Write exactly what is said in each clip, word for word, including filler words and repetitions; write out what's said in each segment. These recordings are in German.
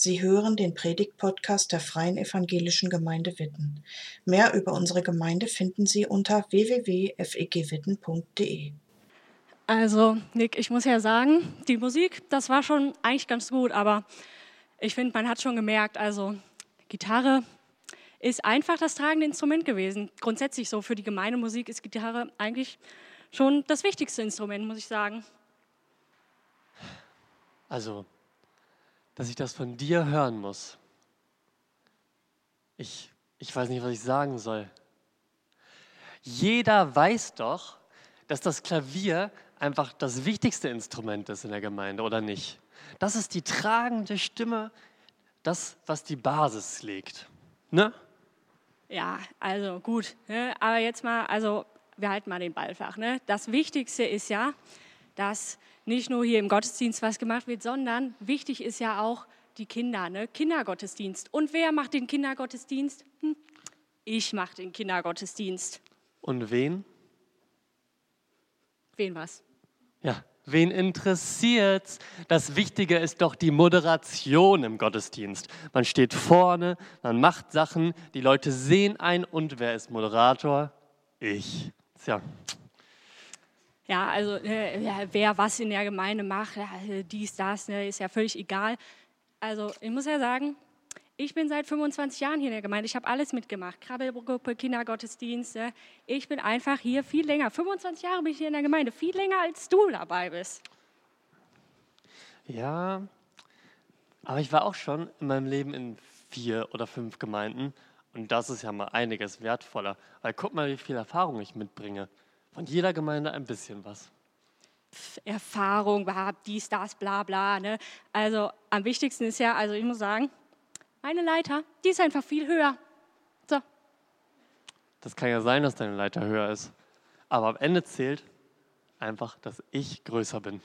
Sie hören den Predigt-Podcast der Freien Evangelischen Gemeinde Witten. Mehr über unsere Gemeinde finden Sie unter w w w punkt f e g witten punkt d e. Also, Nick, ich muss ja sagen, die Musik, das war schon eigentlich ganz gut, aber ich finde, man hat schon gemerkt, also Gitarre ist einfach das tragende Instrument gewesen. Grundsätzlich so für die Gemeindemusik ist Gitarre eigentlich schon das wichtigste Instrument, muss ich sagen. Also, dass ich das von dir hören muss. Ich, ich weiß nicht, was ich sagen soll. Jeder weiß doch, dass das Klavier einfach das wichtigste Instrument ist in der Gemeinde, oder nicht? Das ist die tragende Stimme, das, was die Basis legt. Ne? Ja, also gut, ne? Aber jetzt mal, also wir halten mal den Ball flach. Ne? Das Wichtigste ist ja, dass nicht nur hier im Gottesdienst was gemacht wird, sondern wichtig ist ja auch die Kinder, ne? Kindergottesdienst. Und wer macht den Kindergottesdienst? Hm, ich mache den Kindergottesdienst. Und wen? Wen was? Ja, wen interessiert's? Das Wichtige ist doch die Moderation im Gottesdienst. Man steht vorne, man macht Sachen, die Leute sehen ein und wer ist Moderator? Ich. Tja. Ja, also äh, ja, wer was in der Gemeinde macht, ja, dies, das, ne, ist ja völlig egal. Also ich muss ja sagen, ich bin seit fünfundzwanzig Jahren hier in der Gemeinde. Ich habe alles mitgemacht, Krabbelgruppe, Kindergottesdienst. Ne. Ich bin einfach hier viel länger. fünfundzwanzig Jahre bin ich hier in der Gemeinde, viel länger als du dabei bist. Ja, aber ich war auch schon in meinem Leben in vier oder fünf Gemeinden und das ist ja mal einiges wertvoller. Weil guck mal, wie viel Erfahrung ich mitbringe. Von jeder Gemeinde ein bisschen was. Pff, Erfahrung, dies, das, bla bla. Ne? Also am wichtigsten ist ja, also ich muss sagen, meine Leiter, die ist einfach viel höher. So. Das kann ja sein, dass deine Leiter höher ist. Aber am Ende zählt einfach, dass ich größer bin.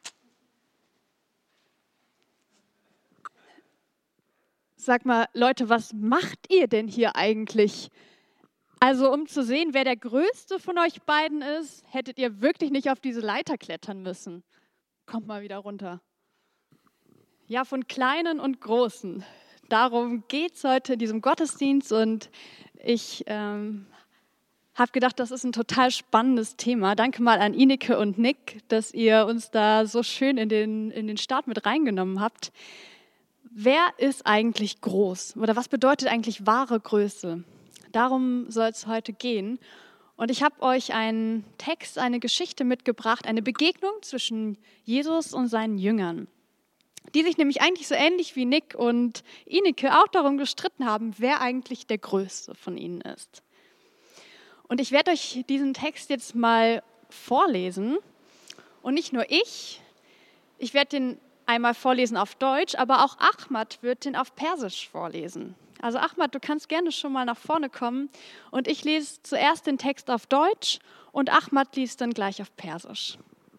Sag mal, Leute, was macht ihr denn hier eigentlich? Also, um zu sehen, wer der Größte von euch beiden ist, hättet ihr wirklich nicht auf diese Leiter klettern müssen. Kommt mal wieder runter. Ja, von Kleinen und Großen. Darum geht es heute in diesem Gottesdienst und ich ähm, habe gedacht, das ist ein total spannendes Thema. Danke mal an Ineke und Nick, dass ihr uns da so schön in den, in den Start mit reingenommen habt. Wer ist eigentlich groß oder was bedeutet eigentlich wahre Größe? Darum soll es heute gehen. Und ich habe euch einen Text, eine Geschichte mitgebracht, eine Begegnung zwischen Jesus und seinen Jüngern, die sich nämlich eigentlich so ähnlich wie Nick und Ineke auch darum gestritten haben, wer eigentlich der Größte von ihnen ist. Und ich werde euch diesen Text jetzt mal vorlesen. Und nicht nur ich, ich werde den einmal vorlesen auf Deutsch, aber auch Ahmad wird den auf Persisch vorlesen. Also Ahmad, du kannst gerne schon mal nach vorne kommen und ich lese zuerst den Text auf Deutsch und Ahmad liest dann gleich auf Persisch.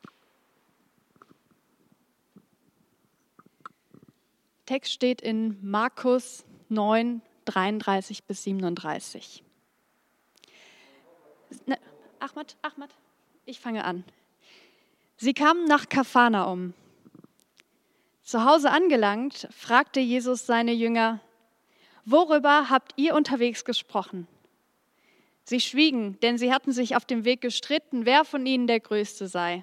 Der Text steht in Markus neun, dreiunddreißig bis siebenunddreißig. Ne, Ahmad, Ahmad, ich fange an. Sie kamen nach Kapharnaum. Zu Hause angelangt, fragte Jesus seine Jünger: Worüber habt ihr unterwegs gesprochen? Sie schwiegen, denn sie hatten sich auf dem Weg gestritten, wer von ihnen der Größte sei.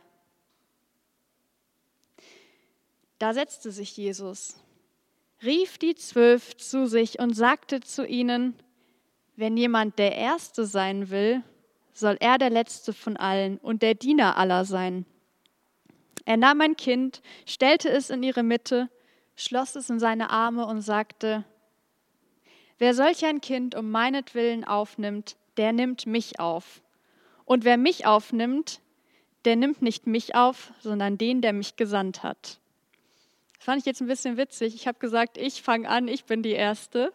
Da setzte sich Jesus, rief die Zwölf zu sich und sagte zu ihnen: Wenn jemand der Erste sein will, soll er der Letzte von allen und der Diener aller sein. Er nahm ein Kind, stellte es in ihre Mitte, schloss es in seine Arme und sagte: Wer solch ein Kind um meinetwillen aufnimmt, der nimmt mich auf. Und wer mich aufnimmt, der nimmt nicht mich auf, sondern den, der mich gesandt hat. Das fand ich jetzt ein bisschen witzig. Ich habe gesagt, ich fange an, ich bin die Erste.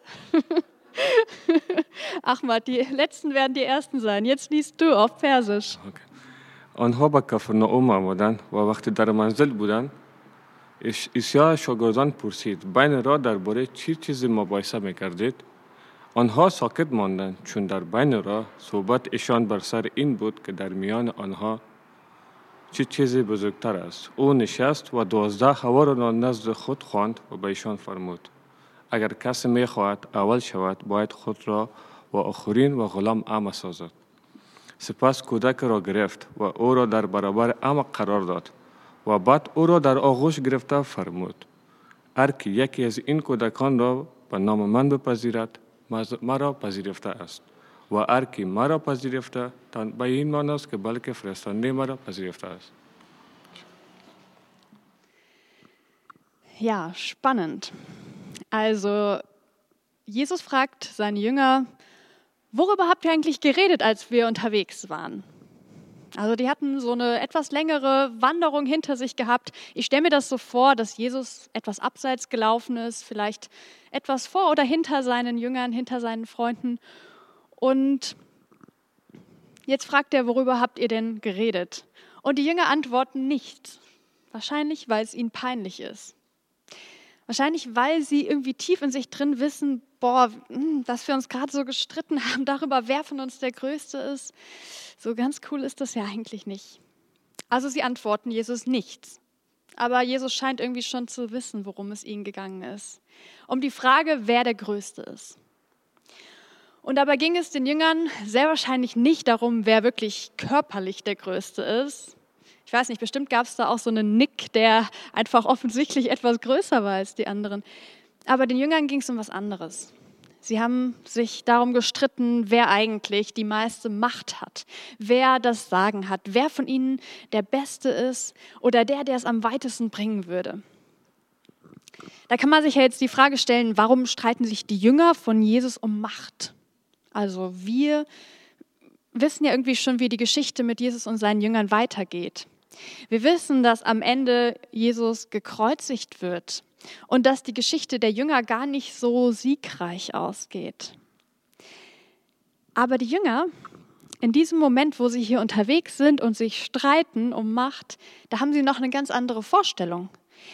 Ahmad, die Letzten werden die Ersten sein. Jetzt liest du auf Persisch. Okay. آنها به کافرنائوم آمدند و وقتی در منزل بودند عیسی شاگردان پرسید بین راه درباره چه چیزی مباحثه می‌کردید؟ آنها ساکت ماندند چون در بین راه صحبت ایشان بر سر این بود که در میان آنها چه چیزی بزرگتر است. او نشست و دوازده حواران را نزد خود خواند و به ایشان فرمود: اگر کسی میخواهد اول شود باید خود را و آخرین و غلام عمه سازد. سپس کودک را گرفت و او را در برابر عمه قرار داد و بعد او را در آغوش گرفته فرمود: هر کی یکی از این کودکان را به نام من بپذیرد مرا پذیرفته است و هر کی مرا پذیرفته تن به این معنی است که بلکه فرستنده مرا پذیرفته است. Ja, spannend. Also Jesus fragt seine Jünger, worüber habt ihr eigentlich geredet, als wir unterwegs waren? Also die hatten so eine etwas längere Wanderung hinter sich gehabt. Ich stelle mir das so vor, dass Jesus etwas abseits gelaufen ist, vielleicht etwas vor oder hinter seinen Jüngern, hinter seinen Freunden. Und jetzt fragt er, worüber habt ihr denn geredet? Und die Jünger antworten nichts. Wahrscheinlich, weil es ihnen peinlich ist. Wahrscheinlich, weil sie irgendwie tief in sich drin wissen, boah, dass wir uns gerade so gestritten haben darüber, wer von uns der Größte ist. So ganz cool ist das ja eigentlich nicht. Also sie antworten Jesus nichts. Aber Jesus scheint irgendwie schon zu wissen, worum es ihnen gegangen ist. Um die Frage, wer der Größte ist. Und dabei ging es den Jüngern sehr wahrscheinlich nicht darum, wer wirklich körperlich der Größte ist. Ich weiß nicht, bestimmt gab es da auch so einen Nick, der einfach offensichtlich etwas größer war als die anderen. Aber den Jüngern ging es um was anderes. Sie haben sich darum gestritten, wer eigentlich die meiste Macht hat, wer das Sagen hat, wer von ihnen der Beste ist oder der, der es am weitesten bringen würde. Da kann man sich ja jetzt die Frage stellen, warum streiten sich die Jünger von Jesus um Macht? Also wir wissen ja irgendwie schon, wie die Geschichte mit Jesus und seinen Jüngern weitergeht. Wir wissen, dass am Ende Jesus gekreuzigt wird und dass die Geschichte der Jünger gar nicht so siegreich ausgeht. Aber die Jünger, in diesem Moment, wo sie hier unterwegs sind und sich streiten um Macht, da haben sie noch eine ganz andere Vorstellung.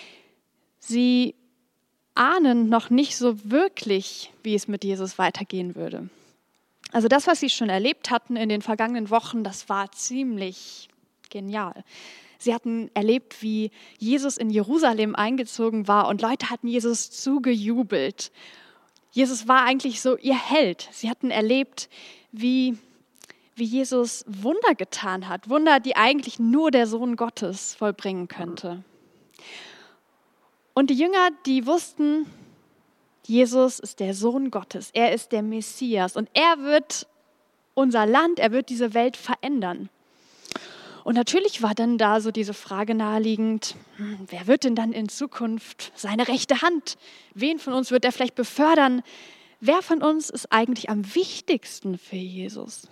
Sie ahnen noch nicht so wirklich, wie es mit Jesus weitergehen würde. Also das, was sie schon erlebt hatten in den vergangenen Wochen, das war ziemlich genial. Sie hatten erlebt, wie Jesus in Jerusalem eingezogen war und Leute hatten Jesus zugejubelt. Jesus war eigentlich so ihr Held. Sie hatten erlebt, wie, wie Jesus Wunder getan hat. Wunder, die eigentlich nur der Sohn Gottes vollbringen könnte. Und die Jünger, die wussten, Jesus ist der Sohn Gottes. Er ist der Messias und er wird unser Land, er wird diese Welt verändern. Und natürlich war dann da so diese Frage naheliegend, hm, wer wird denn dann in Zukunft seine rechte Hand? Wen von uns wird er vielleicht befördern? Wer von uns ist eigentlich am wichtigsten für Jesus?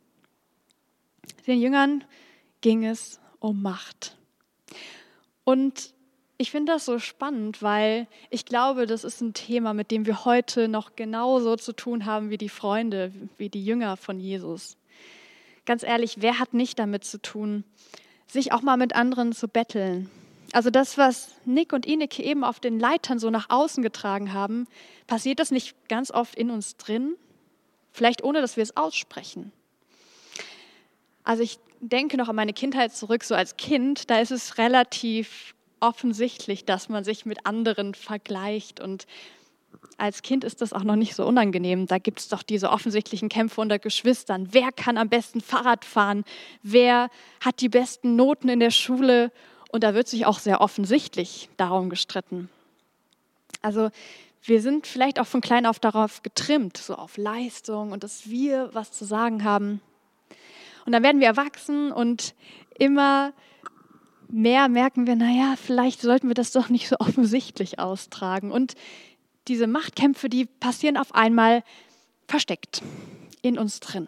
Den Jüngern ging es um Macht. Und ich finde das so spannend, weil ich glaube, das ist ein Thema, mit dem wir heute noch genauso zu tun haben wie die Freunde, wie die Jünger von Jesus. Ganz ehrlich, wer hat nicht damit zu tun, sich auch mal mit anderen zu betteln? Also das, was Nick und Ineke eben auf den Leitern so nach außen getragen haben, passiert das nicht ganz oft in uns drin? Vielleicht ohne, dass wir es aussprechen. Also ich denke noch an meine Kindheit zurück, so als Kind, da ist es relativ offensichtlich, dass man sich mit anderen vergleicht und als Kind ist das auch noch nicht so unangenehm. Da gibt es doch diese offensichtlichen Kämpfe unter Geschwistern. Wer kann am besten Fahrrad fahren? Wer hat die besten Noten in der Schule? Und da wird sich auch sehr offensichtlich darum gestritten. Also wir sind vielleicht auch von klein auf darauf getrimmt, so auf Leistung und dass wir was zu sagen haben. Und dann werden wir erwachsen und immer mehr merken wir, naja, vielleicht sollten wir das doch nicht so offensichtlich austragen. Und diese Machtkämpfe, die passieren auf einmal versteckt in uns drin.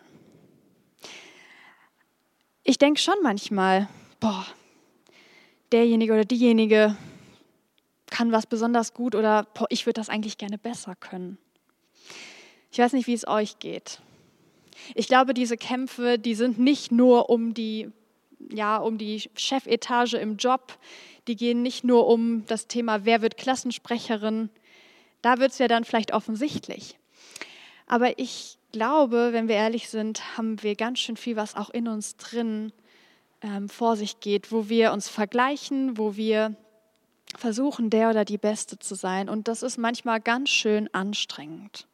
Ich denke schon manchmal, boah, derjenige oder diejenige kann was besonders gut oder boah, ich würde das eigentlich gerne besser können. Ich weiß nicht, wie es euch geht. Ich glaube, diese Kämpfe, die sind nicht nur um die, ja, um die Chefetage im Job, die gehen nicht nur um das Thema, wer wird Klassensprecherin. Da wird es ja dann vielleicht offensichtlich. Aber ich glaube, wenn wir ehrlich sind, haben wir ganz schön viel, was auch in uns drin ähm, vor sich geht, wo wir uns vergleichen, wo wir versuchen, der oder die Beste zu sein. Und das ist manchmal ganz schön anstrengend.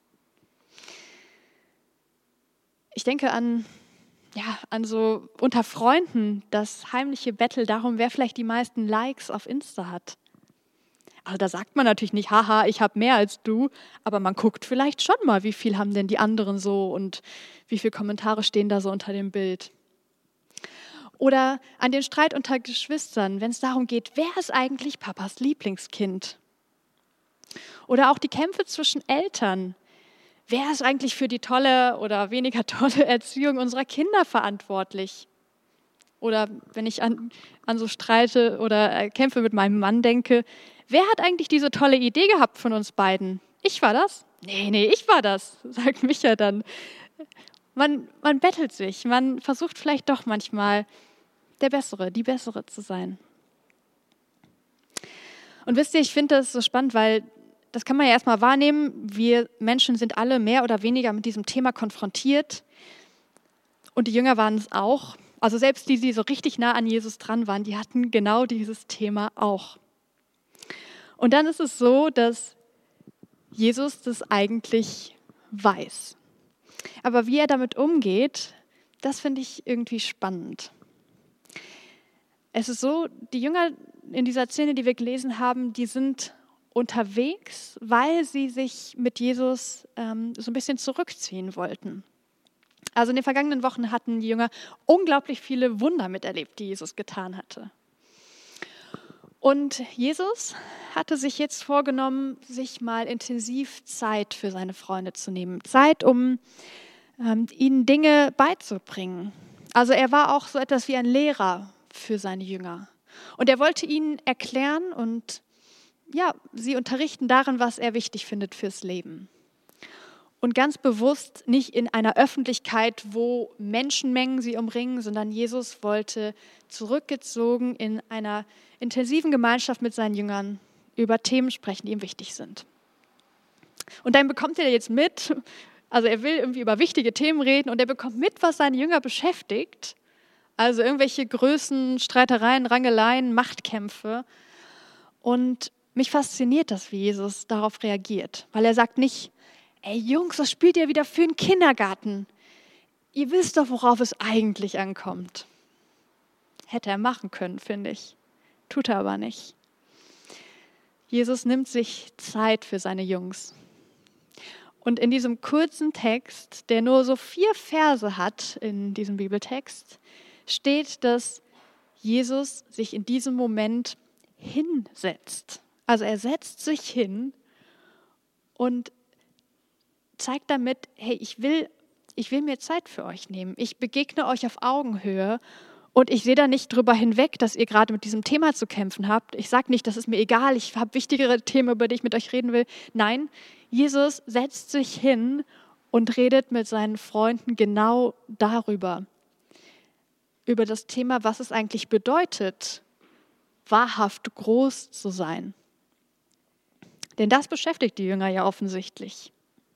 Ich denke an, ja, an so unter Freunden das heimliche Battle darum, wer vielleicht die meisten Likes auf Insta hat. Also da sagt man natürlich nicht, haha, ich habe mehr als du, aber man guckt vielleicht schon mal, wie viel haben denn die anderen so und wie viele Kommentare stehen da so unter dem Bild. Oder an den Streit unter Geschwistern, wenn es darum geht, wer ist eigentlich Papas Lieblingskind? Oder auch die Kämpfe zwischen Eltern. Wer ist eigentlich für die tolle oder weniger tolle Erziehung unserer Kinder verantwortlich? Oder wenn ich an, an so Streite oder äh, Kämpfe mit meinem Mann denke, wer hat eigentlich diese tolle Idee gehabt von uns beiden? Ich war das? Nee, nee, ich war das, sagt Micha dann. Man, man bettelt sich, man versucht vielleicht doch manchmal der Bessere, die Bessere zu sein. Und wisst ihr, ich finde das so spannend, weil das kann man ja erstmal wahrnehmen. Wir Menschen sind alle mehr oder weniger mit diesem Thema konfrontiert. Und die Jünger waren es auch. Also selbst die, die so richtig nah an Jesus dran waren, die hatten genau dieses Thema auch. Und dann ist es so, dass Jesus das eigentlich weiß. Aber wie er damit umgeht, das finde ich irgendwie spannend. Es ist so, die Jünger in dieser Szene, die wir gelesen haben, die sind unterwegs, weil sie sich mit Jesus ähm, so ein bisschen zurückziehen wollten. Also in den vergangenen Wochen hatten die Jünger unglaublich viele Wunder miterlebt, die Jesus getan hatte. Und Jesus hatte sich jetzt vorgenommen, sich mal intensiv Zeit für seine Freunde zu nehmen. Zeit, um ähm, ihnen Dinge beizubringen. Also er war auch so etwas wie ein Lehrer für seine Jünger. Und er wollte ihnen erklären und ja, sie unterrichten darin, was er wichtig findet fürs Leben. Und ganz bewusst nicht in einer Öffentlichkeit, wo Menschenmengen sie umringen, sondern Jesus wollte zurückgezogen in einer intensiven Gemeinschaft mit seinen Jüngern über Themen sprechen, die ihm wichtig sind. Und dann bekommt er jetzt mit, also er will irgendwie über wichtige Themen reden und er bekommt mit, was seine Jünger beschäftigt. Also irgendwelche Größen, Streitereien, Rangeleien, Machtkämpfe. Und mich fasziniert das, wie Jesus darauf reagiert. Weil er sagt nicht, ey Jungs, was spielt ihr wieder für einen Kindergarten? Ihr wisst doch, worauf es eigentlich ankommt. Hätte er machen können, finde ich. Tut er aber nicht. Jesus nimmt sich Zeit für seine Jungs. Und in diesem kurzen Text, der nur so vier Verse hat, in diesem Bibeltext, steht, dass Jesus sich in diesem Moment hinsetzt. Also er setzt sich hin und zeigt damit, hey, ich will, ich will mir Zeit für euch nehmen. Ich begegne euch auf Augenhöhe und ich sehe da nicht drüber hinweg, dass ihr gerade mit diesem Thema zu kämpfen habt. Ich sage nicht, das ist mir egal, ich habe wichtigere Themen, über die ich mit euch reden will. Nein, Jesus setzt sich hin und redet mit seinen Freunden genau darüber. Über das Thema, was es eigentlich bedeutet, wahrhaft groß zu sein. Denn das beschäftigt die Jünger ja offensichtlich.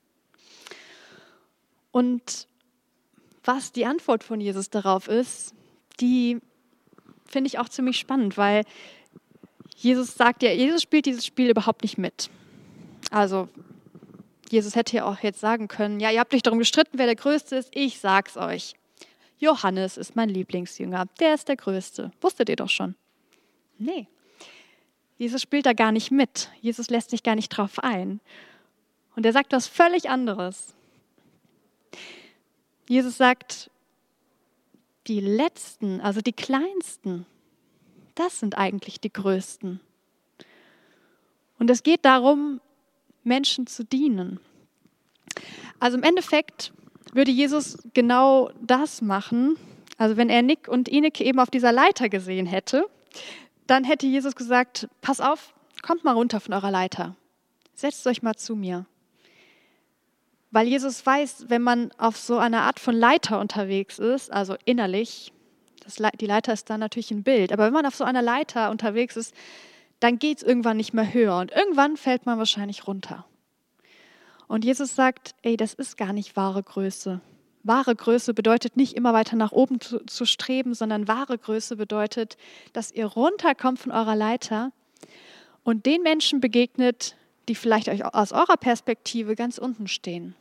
Und was die Antwort von Jesus darauf ist, die finde ich auch ziemlich spannend, weil Jesus sagt ja, Jesus spielt dieses Spiel überhaupt nicht mit. Also Jesus hätte ja auch jetzt sagen können, ja, ihr habt euch darum gestritten, wer der Größte ist, ich sag's euch. Johannes ist mein Lieblingsjünger, der ist der Größte. Wusstet ihr doch schon. Nee, Jesus spielt da gar nicht mit. Jesus lässt sich gar nicht drauf ein. Und er sagt was völlig anderes. Jesus sagt, die Letzten, also die Kleinsten, das sind eigentlich die Größten. Und es geht darum, Menschen zu dienen. Also im Endeffekt würde Jesus genau das machen. Also wenn er Nick und Ineke eben auf dieser Leiter gesehen hätte, dann hätte Jesus gesagt, pass auf, kommt mal runter von eurer Leiter. Setzt euch mal zu mir. Weil Jesus weiß, wenn man auf so einer Art von Leiter unterwegs ist, also innerlich, das Le- die Leiter ist dann natürlich ein Bild, aber wenn man auf so einer Leiter unterwegs ist, dann geht es irgendwann nicht mehr höher und irgendwann fällt man wahrscheinlich runter. Und Jesus sagt, ey, das ist gar nicht wahre Größe. Wahre Größe bedeutet nicht immer weiter nach oben zu, zu streben, sondern wahre Größe bedeutet, dass ihr runterkommt von eurer Leiter und den Menschen begegnet, die vielleicht euch aus eurer Perspektive ganz unten stehen.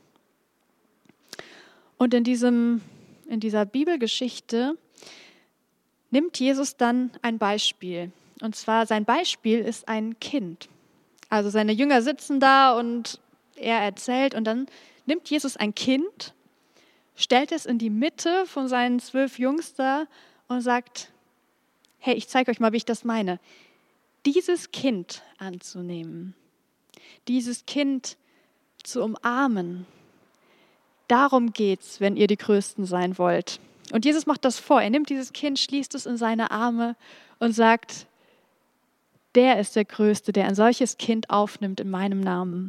Und in, diesem, in dieser Bibelgeschichte nimmt Jesus dann ein Beispiel. Und zwar sein Beispiel ist ein Kind. Also seine Jünger sitzen da und er erzählt und dann nimmt Jesus ein Kind, stellt es in die Mitte von seinen zwölf Jungs da und sagt, hey, ich zeige euch mal, wie ich das meine. Dieses Kind anzunehmen, dieses Kind zu umarmen, darum geht's, wenn ihr die Größten sein wollt. Und Jesus macht das vor. Er nimmt dieses Kind, schließt es in seine Arme und sagt, der ist der Größte, der ein solches Kind aufnimmt in meinem Namen.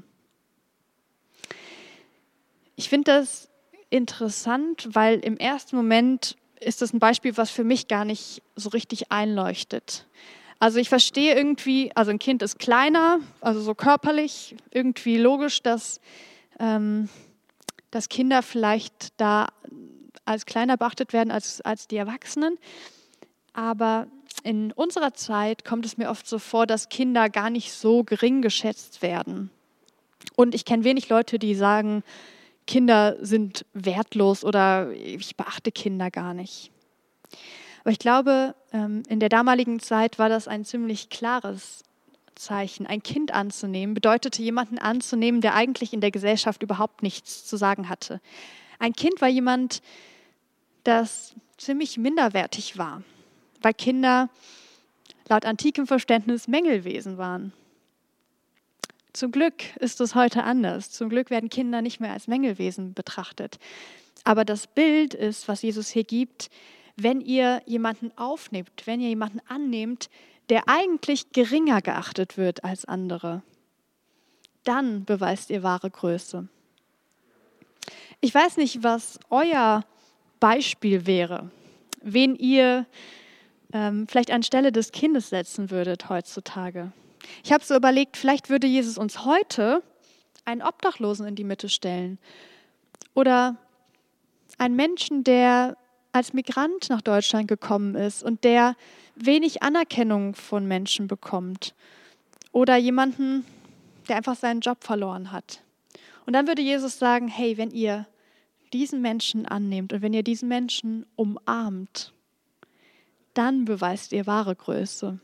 Ich finde das interessant, weil im ersten Moment ist das ein Beispiel, was für mich gar nicht so richtig einleuchtet. Also ich verstehe irgendwie, also ein Kind ist kleiner, also so körperlich, irgendwie logisch, dass, ähm, dass Kinder vielleicht da als kleiner beachtet werden als, als die Erwachsenen. Aber in unserer Zeit kommt es mir oft so vor, dass Kinder gar nicht so gering geschätzt werden. Und ich kenne wenig Leute, die sagen, Kinder sind wertlos oder ich beachte Kinder gar nicht. Aber ich glaube, in der damaligen Zeit war das ein ziemlich klares Zeichen. Ein Kind anzunehmen bedeutete, jemanden anzunehmen, der eigentlich in der Gesellschaft überhaupt nichts zu sagen hatte. Ein Kind war jemand, das ziemlich minderwertig war, weil Kinder laut antikem Verständnis Mängelwesen waren. Zum Glück ist es heute anders. Zum Glück werden Kinder nicht mehr als Mängelwesen betrachtet. Aber das Bild ist, was Jesus hier gibt, wenn ihr jemanden aufnehmt, wenn ihr jemanden annehmt, der eigentlich geringer geachtet wird als andere, dann beweist ihr wahre Größe. Ich weiß nicht, was euer Beispiel wäre, wen ihr ähm, vielleicht anstelle des Kindes setzen würdet heutzutage. Ich habe so überlegt, vielleicht würde Jesus uns heute einen Obdachlosen in die Mitte stellen oder einen Menschen, der als Migrant nach Deutschland gekommen ist und der wenig Anerkennung von Menschen bekommt oder jemanden, der einfach seinen Job verloren hat. Und dann würde Jesus sagen, hey, wenn ihr diesen Menschen annehmt und wenn ihr diesen Menschen umarmt, dann beweist ihr wahre Größe.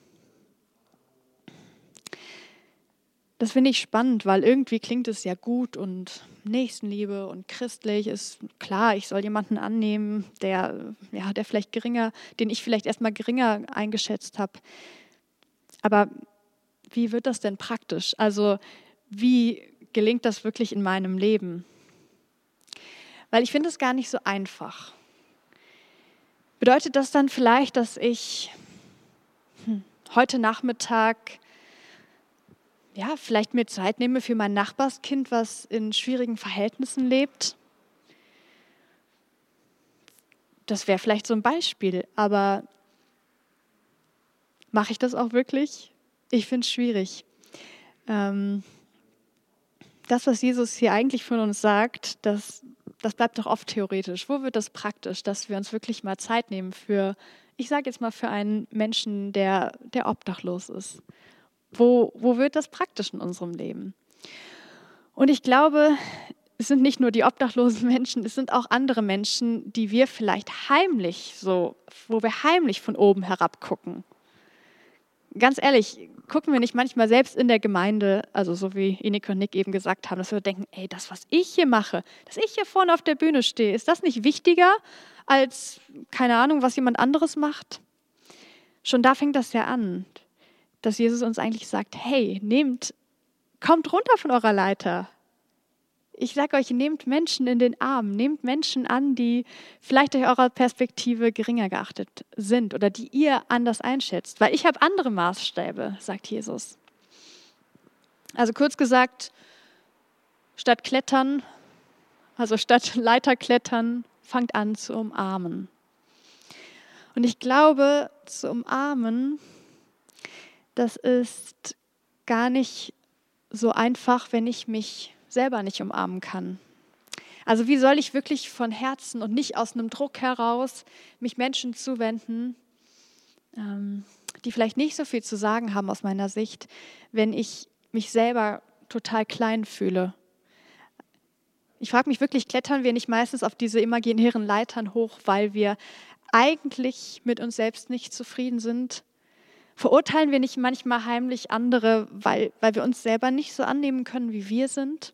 Das finde ich spannend, weil irgendwie klingt es ja gut und Nächstenliebe und christlich ist klar, ich soll jemanden annehmen, der, ja, der vielleicht geringer, den ich vielleicht erstmal geringer eingeschätzt habe. Aber wie wird das denn praktisch? Also wie gelingt das wirklich in meinem Leben? Weil ich finde es gar nicht so einfach. Bedeutet das dann vielleicht, dass ich hm, heute Nachmittag ja, vielleicht mir Zeit nehme für mein Nachbarskind, was in schwierigen Verhältnissen lebt? Das wäre vielleicht so ein Beispiel, aber mache ich das auch wirklich? Ich finde es schwierig. Ähm, das, was Jesus hier eigentlich von uns sagt, das, das bleibt doch oft theoretisch. Wo wird das praktisch, dass wir uns wirklich mal Zeit nehmen für, ich sage jetzt mal für einen Menschen, der, der obdachlos ist? Wo, wo wird das praktisch in unserem Leben? Und ich glaube, es sind nicht nur die obdachlosen Menschen, es sind auch andere Menschen, die wir vielleicht heimlich so, wo wir heimlich von oben herab gucken. Ganz ehrlich, gucken wir nicht manchmal selbst in der Gemeinde, also so wie Enik und Nick eben gesagt haben, dass wir denken, ey, das, was ich hier mache, dass ich hier vorne auf der Bühne stehe, ist das nicht wichtiger als, keine Ahnung, was jemand anderes macht? Schon da fängt das ja an, dass Jesus uns eigentlich sagt, hey, nehmt, kommt runter von eurer Leiter. Ich sage euch, nehmt Menschen in den Arm, nehmt Menschen an, die vielleicht durch eure Perspektive geringer geachtet sind oder die ihr anders einschätzt. Weil ich habe andere Maßstäbe, sagt Jesus. Also kurz gesagt, statt Klettern, also statt Leiterklettern, fangt an zu umarmen. Und ich glaube, zu umarmen, das ist gar nicht so einfach, wenn ich mich selber nicht umarmen kann. Also wie soll ich wirklich von Herzen und nicht aus einem Druck heraus mich Menschen zuwenden, ähm, die vielleicht nicht so viel zu sagen haben aus meiner Sicht, wenn ich mich selber total klein fühle. Ich frage mich wirklich, klettern wir nicht meistens auf diese imaginären Leitern hoch, weil wir eigentlich mit uns selbst nicht zufrieden sind? Verurteilen wir nicht manchmal heimlich andere, weil, weil wir uns selber nicht so annehmen können, wie wir sind?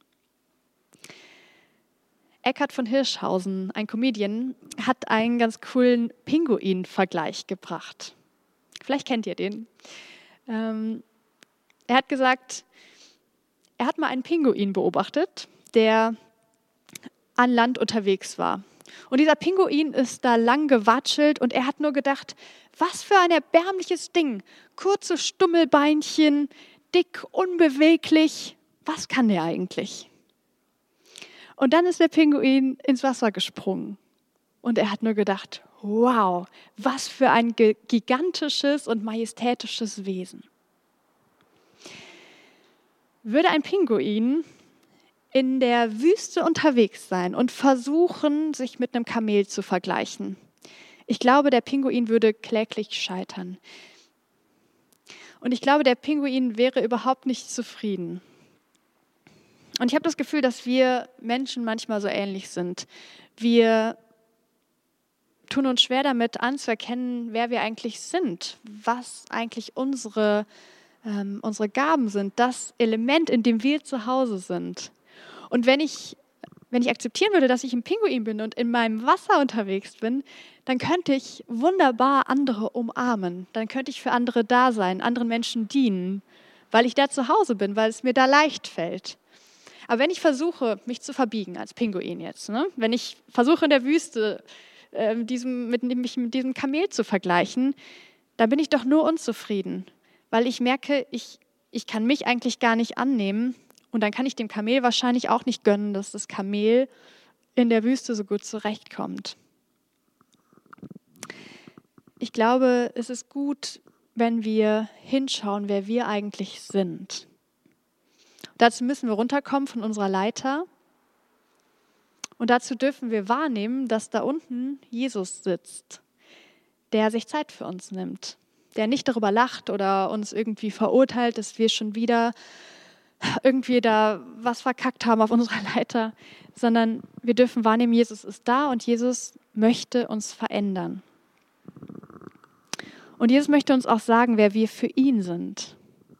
Eckhard von Hirschhausen, ein Comedian, hat einen ganz coolen Pinguin-Vergleich gebracht. Vielleicht kennt ihr den. Ähm, er hat gesagt, er hat mal einen Pinguin beobachtet, der an Land unterwegs war. Und dieser Pinguin ist da lang gewatschelt und er hat nur gedacht, was für ein erbärmliches Ding. Kurze Stummelbeinchen, dick, unbeweglich. Was kann der eigentlich? Und dann ist der Pinguin ins Wasser gesprungen. Und er hat nur gedacht, wow, was für ein gigantisches und majestätisches Wesen. Würde ein Pinguin in der Wüste unterwegs sein und versuchen, sich mit einem Kamel zu vergleichen? Ich glaube, der Pinguin würde kläglich scheitern. Und ich glaube, der Pinguin wäre überhaupt nicht zufrieden. Und ich habe das Gefühl, dass wir Menschen manchmal so ähnlich sind. Wir tun uns schwer damit anzuerkennen, wer wir eigentlich sind, was eigentlich unsere, ähm, unsere Gaben sind, das Element, in dem wir zu Hause sind. Und wenn ich, wenn ich akzeptieren würde, dass ich ein Pinguin bin und in meinem Wasser unterwegs bin, dann könnte ich wunderbar andere umarmen. Dann könnte ich für andere da sein, anderen Menschen dienen, weil ich da zu Hause bin, weil es mir da leicht fällt. Aber wenn ich versuche, mich zu verbiegen als Pinguin jetzt, ne? Wenn ich versuche in der Wüste äh, diesem, mit, mich mit diesem Kamel zu vergleichen, dann bin ich doch nur unzufrieden, weil ich merke, ich, ich kann mich eigentlich gar nicht annehmen und dann kann ich dem Kamel wahrscheinlich auch nicht gönnen, dass das Kamel in der Wüste so gut zurechtkommt. Ich glaube, es ist gut, wenn wir hinschauen, wer wir eigentlich sind. Dazu müssen wir runterkommen von unserer Leiter und dazu dürfen wir wahrnehmen, dass da unten Jesus sitzt, der sich Zeit für uns nimmt, der nicht darüber lacht oder uns irgendwie verurteilt, dass wir schon wieder irgendwie da was verkackt haben auf unserer Leiter, sondern wir dürfen wahrnehmen, Jesus ist da und Jesus möchte uns verändern. Und Jesus möchte uns auch sagen, wer wir für ihn sind.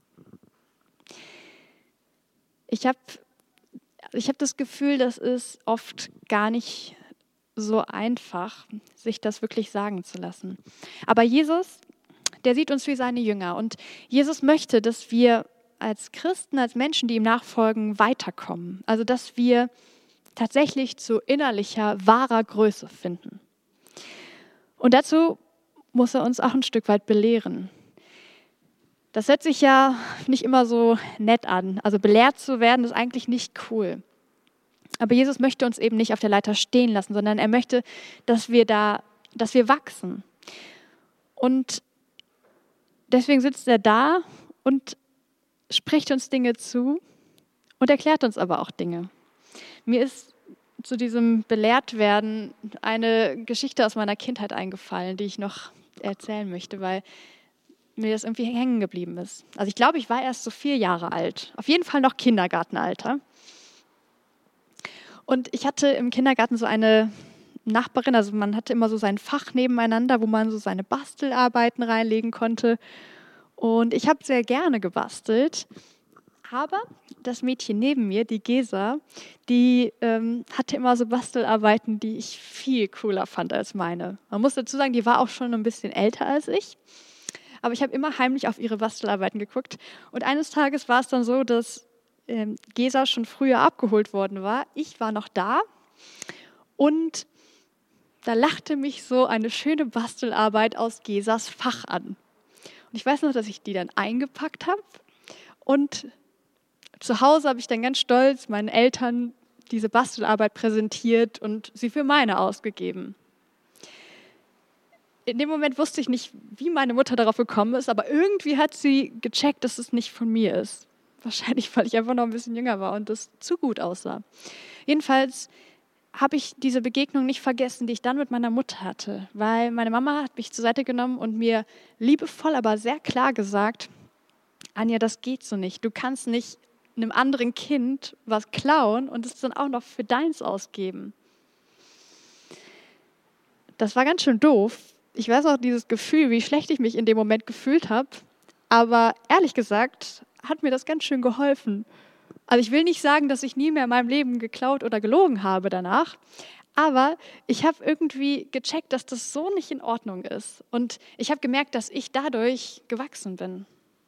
Ich habe ich hab das Gefühl, das ist oft gar nicht so einfach, sich das wirklich sagen zu lassen. Aber Jesus, der sieht uns wie seine Jünger. Und Jesus möchte, dass wir als Christen, als Menschen, die ihm nachfolgen, weiterkommen. Also, dass wir tatsächlich zu innerlicher, wahrer Größe finden. Und dazu muss er uns auch ein Stück weit belehren. Das hört sich ja nicht immer so nett an. Also belehrt zu werden, ist eigentlich nicht cool. Aber Jesus möchte uns eben nicht auf der Leiter stehen lassen, sondern er möchte, dass wir da, dass wir wachsen. Und deswegen sitzt er da und spricht uns Dinge zu und erklärt uns aber auch Dinge. Mir ist zu diesem Belehrtwerden eine Geschichte aus meiner Kindheit eingefallen, die ich noch erzählen möchte, weil mir das irgendwie hängen geblieben ist. Also ich glaube, ich war erst so vier Jahre alt. Auf jeden Fall noch Kindergartenalter. Und ich hatte im Kindergarten so eine Nachbarin, also man hatte immer so sein Fach nebeneinander, wo man so seine Bastelarbeiten reinlegen konnte. Und ich habe sehr gerne gebastelt. Aber das Mädchen neben mir, die Gesa, die ähm, hatte immer so Bastelarbeiten, die ich viel cooler fand als meine. Man muss dazu sagen, die war auch schon ein bisschen älter als ich. Aber ich habe immer heimlich auf ihre Bastelarbeiten geguckt. Und eines Tages war es dann so, dass ähm, Gesa schon früher abgeholt worden war. Ich war noch da und da lachte mich so eine schöne Bastelarbeit aus Gesas Fach an. Und ich weiß noch, dass ich die dann eingepackt habe und zu Hause habe ich dann ganz stolz meinen Eltern diese Bastelarbeit präsentiert und sie für meine ausgegeben. In dem Moment wusste ich nicht, wie meine Mutter darauf gekommen ist, aber irgendwie hat sie gecheckt, dass es nicht von mir ist. Wahrscheinlich, weil ich einfach noch ein bisschen jünger war und das zu gut aussah. Jedenfalls habe ich diese Begegnung nicht vergessen, die ich dann mit meiner Mutter hatte, weil meine Mama hat mich zur Seite genommen und mir liebevoll, aber sehr klar gesagt, Anja, das geht so nicht. Du kannst nicht einem anderen Kind was klauen und es dann auch noch für deins ausgeben. Das war ganz schön doof. Ich weiß auch dieses Gefühl, wie schlecht ich mich in dem Moment gefühlt habe, aber ehrlich gesagt hat mir das ganz schön geholfen. Also ich will nicht sagen, dass ich nie mehr in meinem Leben geklaut oder gelogen habe danach, aber ich habe irgendwie gecheckt, dass das so nicht in Ordnung ist. Und ich habe gemerkt, dass ich dadurch gewachsen bin.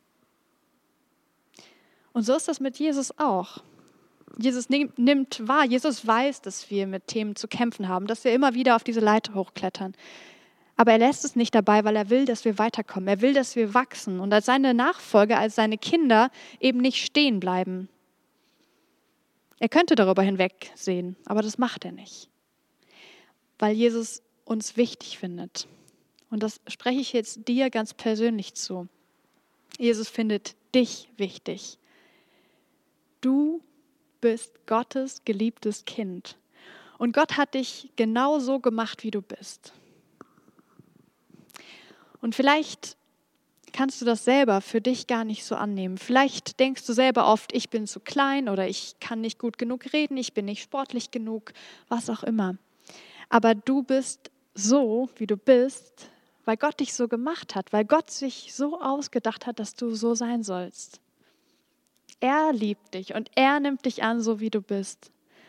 Und so ist das mit Jesus auch. Jesus nimmt wahr, Jesus weiß, dass wir mit Themen zu kämpfen haben, dass wir immer wieder auf diese Leiter hochklettern. Aber er lässt es nicht dabei, weil er will, dass wir weiterkommen. Er will, dass wir wachsen und als seine Nachfolger, als seine Kinder eben nicht stehen bleiben. Er könnte darüber hinwegsehen, aber das macht er nicht, weil Jesus uns wichtig findet. Und das spreche ich jetzt dir ganz persönlich zu. Jesus findet dich wichtig. Du bist Gottes geliebtes Kind. Und Gott hat dich genau so gemacht, wie du bist. Und vielleicht kannst du das selber für dich gar nicht so annehmen. Vielleicht denkst du selber oft, ich bin zu klein oder ich kann nicht gut genug reden, ich bin nicht sportlich genug, was auch immer. Aber du bist so, wie du bist, weil Gott dich so gemacht hat, weil Gott sich so ausgedacht hat, dass du so sein sollst. Er liebt dich und er nimmt dich an, so wie du bist.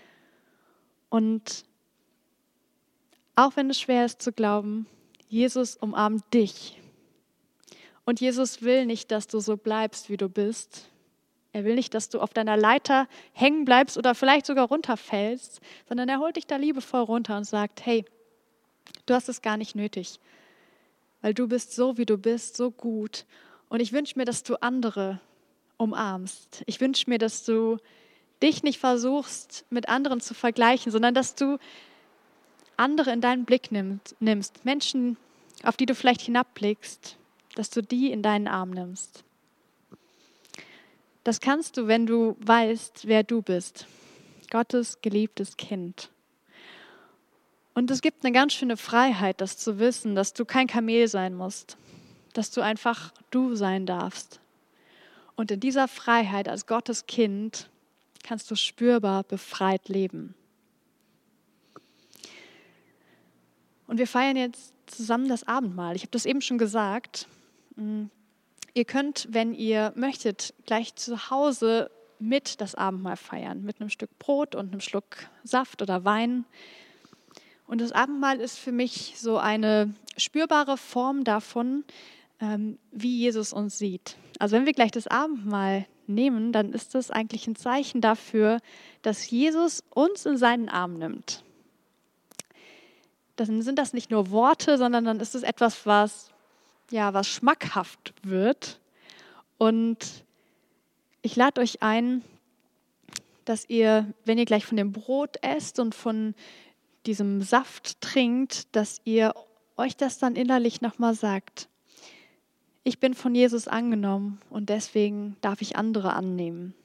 Und auch wenn es schwer ist zu glauben, Jesus umarmt dich. Und Jesus will nicht, dass du so bleibst, wie du bist. Er will nicht, dass du auf deiner Leiter hängen bleibst oder vielleicht sogar runterfällst, sondern er holt dich da liebevoll runter und sagt, hey, du hast es gar nicht nötig, weil du bist so, wie du bist, so gut. Und ich wünsche mir, dass du andere umarmst. Ich wünsche mir, dass du dich nicht versuchst, mit anderen zu vergleichen, sondern dass du andere in deinen Blick nimmst, Menschen, auf die du vielleicht hinabblickst, dass du die in deinen Arm nimmst. Das kannst du, wenn du weißt, wer du bist. Gottes geliebtes Kind. Und es gibt eine ganz schöne Freiheit, das zu wissen, dass du kein Kamel sein musst, dass du einfach du sein darfst. Und in dieser Freiheit als Gottes Kind kannst du spürbar befreit leben. Und wir feiern jetzt zusammen das Abendmahl. Ich habe das eben schon gesagt. Ihr könnt, wenn ihr möchtet, gleich zu Hause mit das Abendmahl feiern, mit einem Stück Brot und einem Schluck Saft oder Wein. Und das Abendmahl ist für mich so eine spürbare Form davon, wie Jesus uns sieht. Also wenn wir gleich das Abendmahl nehmen, dann ist das eigentlich ein Zeichen dafür, dass Jesus uns in seinen Arm nimmt. Dann sind das nicht nur Worte, sondern dann ist es etwas, was, ja, was schmackhaft wird. Und ich lade euch ein, dass ihr, wenn ihr gleich von dem Brot esst und von diesem Saft trinkt, dass ihr euch das dann innerlich nochmal sagt. Ich bin von Jesus angenommen und deswegen darf ich andere annehmen.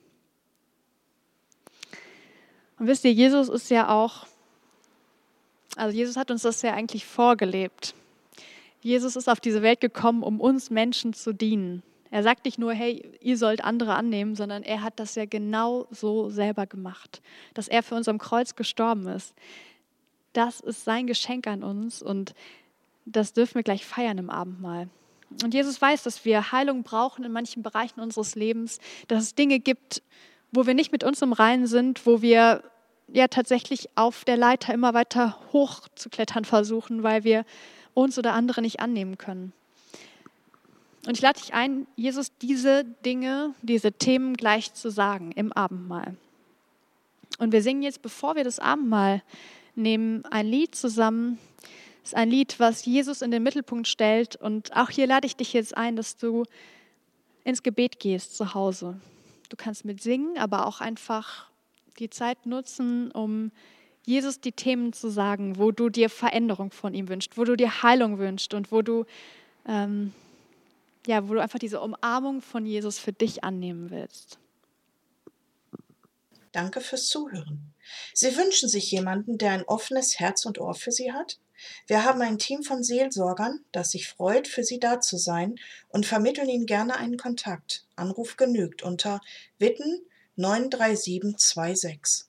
Und wisst ihr, Jesus ist ja auch, also Jesus hat uns das ja eigentlich vorgelebt. Jesus ist auf diese Welt gekommen, um uns Menschen zu dienen. Er sagt nicht nur, hey, ihr sollt andere annehmen, sondern er hat das ja genau so selber gemacht, dass er für uns am Kreuz gestorben ist. Das ist sein Geschenk an uns und das dürfen wir gleich feiern im Abendmahl. Und Jesus weiß, dass wir Heilung brauchen in manchen Bereichen unseres Lebens, dass es Dinge gibt, wo wir nicht mit uns im Reinen sind, wo wir ja tatsächlich auf der Leiter immer weiter hoch zu klettern versuchen, weil wir uns oder andere nicht annehmen können. Und ich lade dich ein, Jesus diese Dinge, diese Themen gleich zu sagen im Abendmahl. Und wir singen jetzt, bevor wir das Abendmahl nehmen, ein Lied zusammen. Das ist ein Lied, was Jesus in den Mittelpunkt stellt. Und auch hier lade ich dich jetzt ein, dass du ins Gebet gehst zu Hause. Du kannst mitsingen, aber auch einfach die Zeit nutzen, um Jesus die Themen zu sagen, wo du dir Veränderung von ihm wünschst, wo du dir Heilung wünschst und wo du, ähm, ja, wo du einfach diese Umarmung von Jesus für dich annehmen willst. Danke fürs Zuhören. Sie wünschen sich jemanden, der ein offenes Herz und Ohr für Sie hat? Wir haben ein Team von Seelsorgern, das sich freut, für Sie da zu sein und vermitteln Ihnen gerne einen Kontakt. Anruf genügt unter Witten neun drei sieben zwei sechs.